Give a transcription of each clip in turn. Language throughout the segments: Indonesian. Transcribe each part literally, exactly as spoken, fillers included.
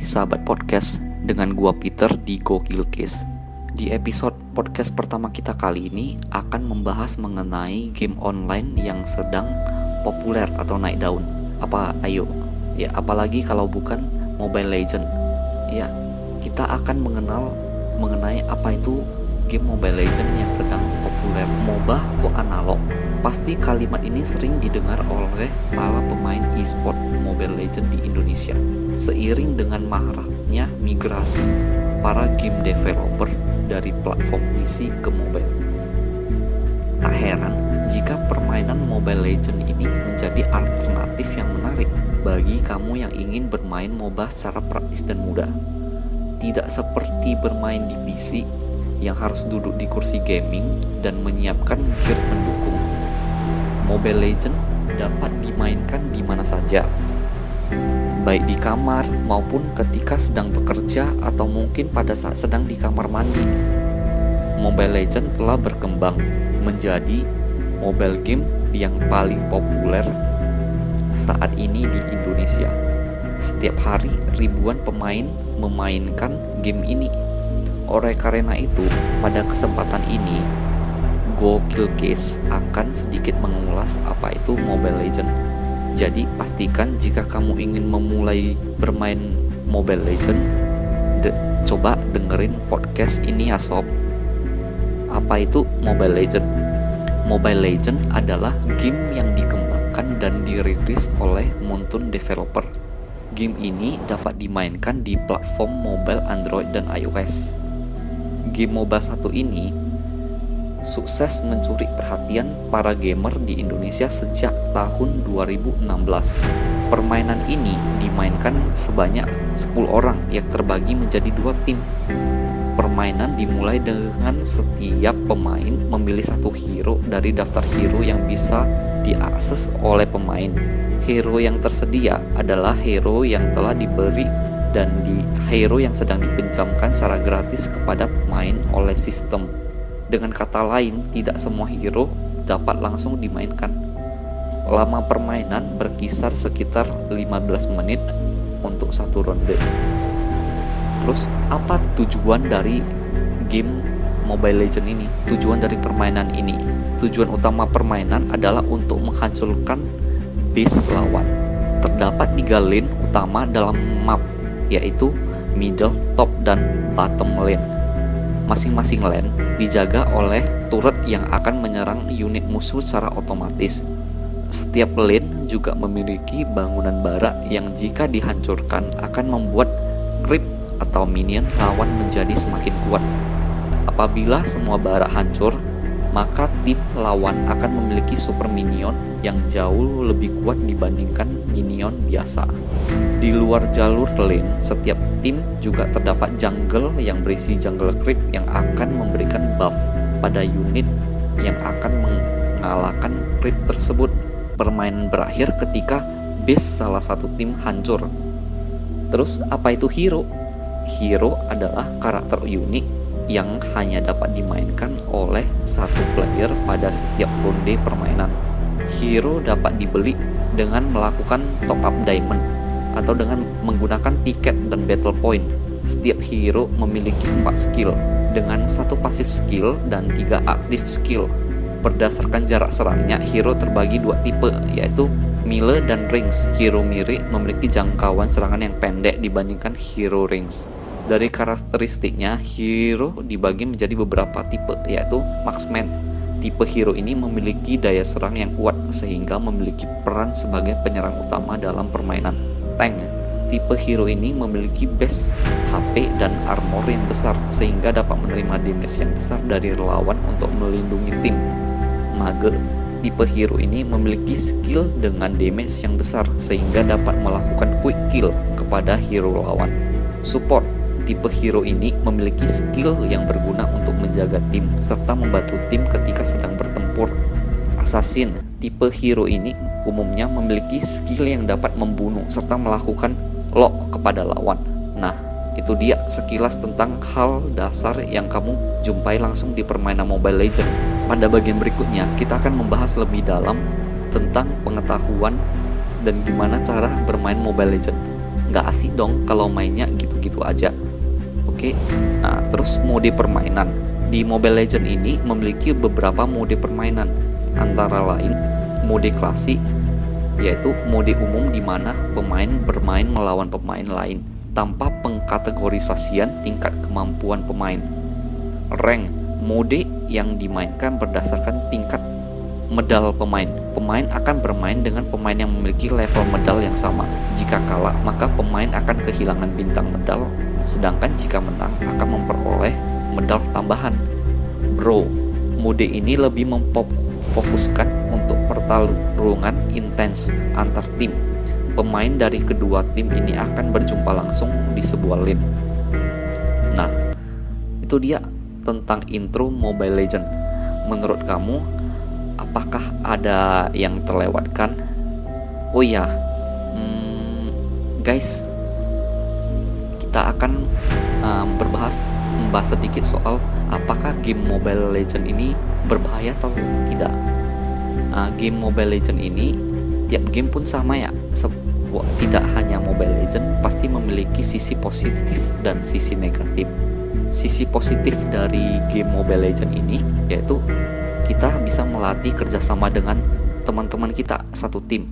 sahabat podcast, dengan gua Peter di Gokil Case. Di episode podcast pertama kita kali ini akan membahas mengenai game online yang sedang populer atau naik daun. Apa ayo? Ya, apalagi kalau bukan Mobile Legends. Ya, kita akan mengenal mengenai apa itu game Mobile Legends yang sedang populer. MOBA kok analog? Pasti kalimat ini sering didengar oleh para pemain e-sport Mobile Legends di Indonesia. Seiring dengan maraknya migrasi para game developer dari platform P C ke mobile. Tak heran jika permainan Mobile Legends ini menjadi alternatif yang menarik bagi kamu yang ingin bermain MOBA secara praktis dan mudah. Tidak seperti bermain di P C yang harus duduk di kursi gaming dan menyiapkan gear pendukung. Mobile Legends dapat dimainkan di mana saja, baik di kamar maupun ketika sedang bekerja atau mungkin pada saat sedang di kamar mandi. Mobile Legends telah berkembang menjadi mobile game yang paling populer saat ini di Indonesia. Setiap hari ribuan pemain memainkan game ini. Oleh karena itu, pada kesempatan ini Gokil Case akan sedikit mengulas apa itu Mobile Legends. Jadi pastikan jika kamu ingin memulai bermain Mobile Legends, de- coba dengerin podcast ini ya sob. Apa itu Mobile Legends? Mobile Legends adalah game yang dikembangkan dan dirilis oleh Moonton Developer. Game ini dapat dimainkan di platform mobile Android dan iOS. Game MOBA satu ini sukses mencuri perhatian para gamer di Indonesia sejak tahun dua ribu enam belas. Permainan ini dimainkan sebanyak sepuluh orang yang terbagi menjadi dua tim. Permainan dimulai dengan setiap pemain memilih satu hero dari daftar hero yang bisa diakses oleh pemain. Hero yang tersedia adalah hero yang telah diberi dan di hero yang sedang dipinjamkan secara gratis kepada pemain oleh sistem. Dengan kata lain, tidak semua hero dapat langsung dimainkan. Lama permainan berkisar sekitar lima belas menit untuk satu ronde. Terus, apa tujuan dari game Mobile Legends ini? Tujuan dari permainan ini, tujuan utama permainan adalah untuk menghancurkan base lawan. Terdapat tiga lane utama dalam map, yaitu middle, top, dan bottom lane. Masing-masing lane dijaga oleh turret yang akan menyerang unit musuh secara otomatis. Setiap lane juga memiliki bangunan bara yang jika dihancurkan akan membuat creep atau minion lawan menjadi semakin kuat. Apabila semua bara hancur, maka tim lawan akan memiliki super minion yang jauh lebih kuat dibandingkan minion biasa. Di luar jalur lane, setiap tim juga terdapat jungle yang berisi jungle creep yang akan memberikan buff pada unit yang akan mengalahkan creep tersebut. Permainan berakhir ketika base salah satu tim hancur. Terus apa itu hero? Hero adalah karakter unik yang hanya dapat dimainkan oleh satu player pada setiap ronde permainan. Hero dapat dibeli dengan melakukan top up diamond atau dengan menggunakan tiket dan battle point. Setiap hero memiliki empat skill dengan satu pasif skill dan tiga aktif skill. Berdasarkan jarak serangnya, hero terbagi dua tipe, yaitu melee dan range. Hero melee memiliki jangkauan serangan yang pendek dibandingkan hero range. Dari karakteristiknya, hero dibagi menjadi beberapa tipe, yaitu marksman. Tipe hero ini memiliki daya serang yang kuat sehingga memiliki peran sebagai penyerang utama dalam permainan. Tank. Tipe hero ini memiliki base H P dan armor yang besar sehingga dapat menerima damage yang besar dari lawan untuk melindungi tim. Mage. Tipe hero ini memiliki skill dengan damage yang besar sehingga dapat melakukan quick kill kepada hero lawan. Support. Tipe hero ini memiliki skill yang berguna untuk menjaga tim serta membantu tim ketika sedang bertempur. Assassin. Tipe hero ini umumnya memiliki skill yang dapat membunuh serta melakukan lock kepada lawan. Nah, itu dia sekilas tentang hal dasar yang kamu jumpai langsung di permainan Mobile Legends. Pada bagian berikutnya, kita akan membahas lebih dalam tentang pengetahuan dan gimana cara bermain Mobile Legends. nggak asik dong kalau mainnya gitu-gitu aja. Oke, nah terus mode permainan. Di Mobile Legends ini memiliki beberapa mode permainan, antara lain mode klasik, yaitu mode umum di mana pemain bermain melawan pemain lain tanpa pengkategorisasian tingkat kemampuan pemain. Rank, mode yang dimainkan berdasarkan tingkat medal pemain. Pemain akan bermain dengan pemain yang memiliki level medal yang sama. Jika kalah, maka pemain akan kehilangan bintang medal, sedangkan jika menang akan memperoleh medal tambahan. Bro, mode ini lebih memfokuskan untuk pertarungan intens antar tim. Pemain dari kedua tim ini akan berjumpa langsung di sebuah lane. Nah, itu dia tentang intro Mobile Legends. Menurut kamu, apakah ada yang terlewatkan? Oh iya, hmm, guys, kita akan um, berbahas membahas sedikit soal apakah game Mobile Legends ini berbahaya atau tidak. Uh, game Mobile Legends ini tiap game pun sama ya. Sebuah, tidak hanya Mobile Legends pasti memiliki sisi positif dan sisi negatif. Sisi positif dari game Mobile Legends ini yaitu kita bisa melatih kerjasama dengan teman-teman kita satu tim.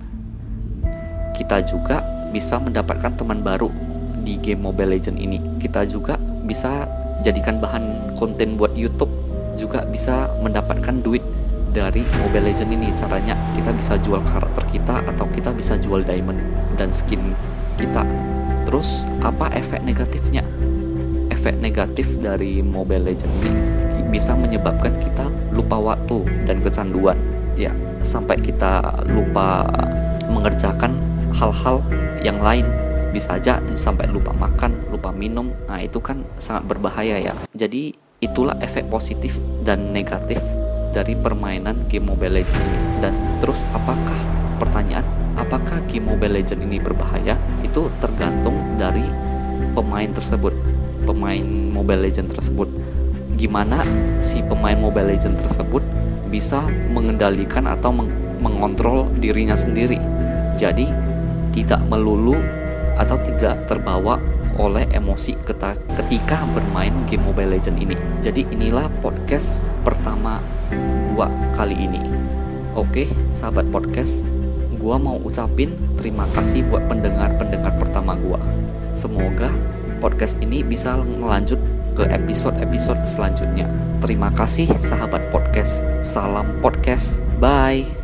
Kita juga bisa mendapatkan teman baru di game Mobile Legends ini. Kita juga bisa jadikan bahan konten buat YouTube, juga bisa mendapatkan duit dari Mobile Legends ini. Caranya kita bisa jual karakter kita atau kita bisa jual diamond dan skin kita. Terus apa efek negatifnya? Efek negatif dari Mobile Legends ini bisa menyebabkan kita lupa waktu dan kecanduan. Ya, sampai kita lupa mengerjakan hal-hal yang lain. Bisa aja sampai lupa makan, lupa minum. Nah, itu kan sangat berbahaya ya. Jadi itulah efek positif dan negatif dari permainan game Mobile Legends ini. Dan terus apakah, pertanyaan, apakah game Mobile Legends ini berbahaya? Itu tergantung dari pemain tersebut, pemain Mobile Legends tersebut. Gimana si pemain Mobile Legends tersebut bisa mengendalikan atau meng- mengontrol dirinya sendiri. Jadi tidak melulu atau tidak terbawa oleh emosi ketika bermain game Mobile Legends ini. Jadi inilah podcast pertama gua kali ini. Oke, sahabat podcast, gua mau ucapin terima kasih buat pendengar-pendengar pertama gua. Semoga podcast ini bisa melanjut ke episode-episode selanjutnya. Terima kasih sahabat podcast. Salam podcast. Bye.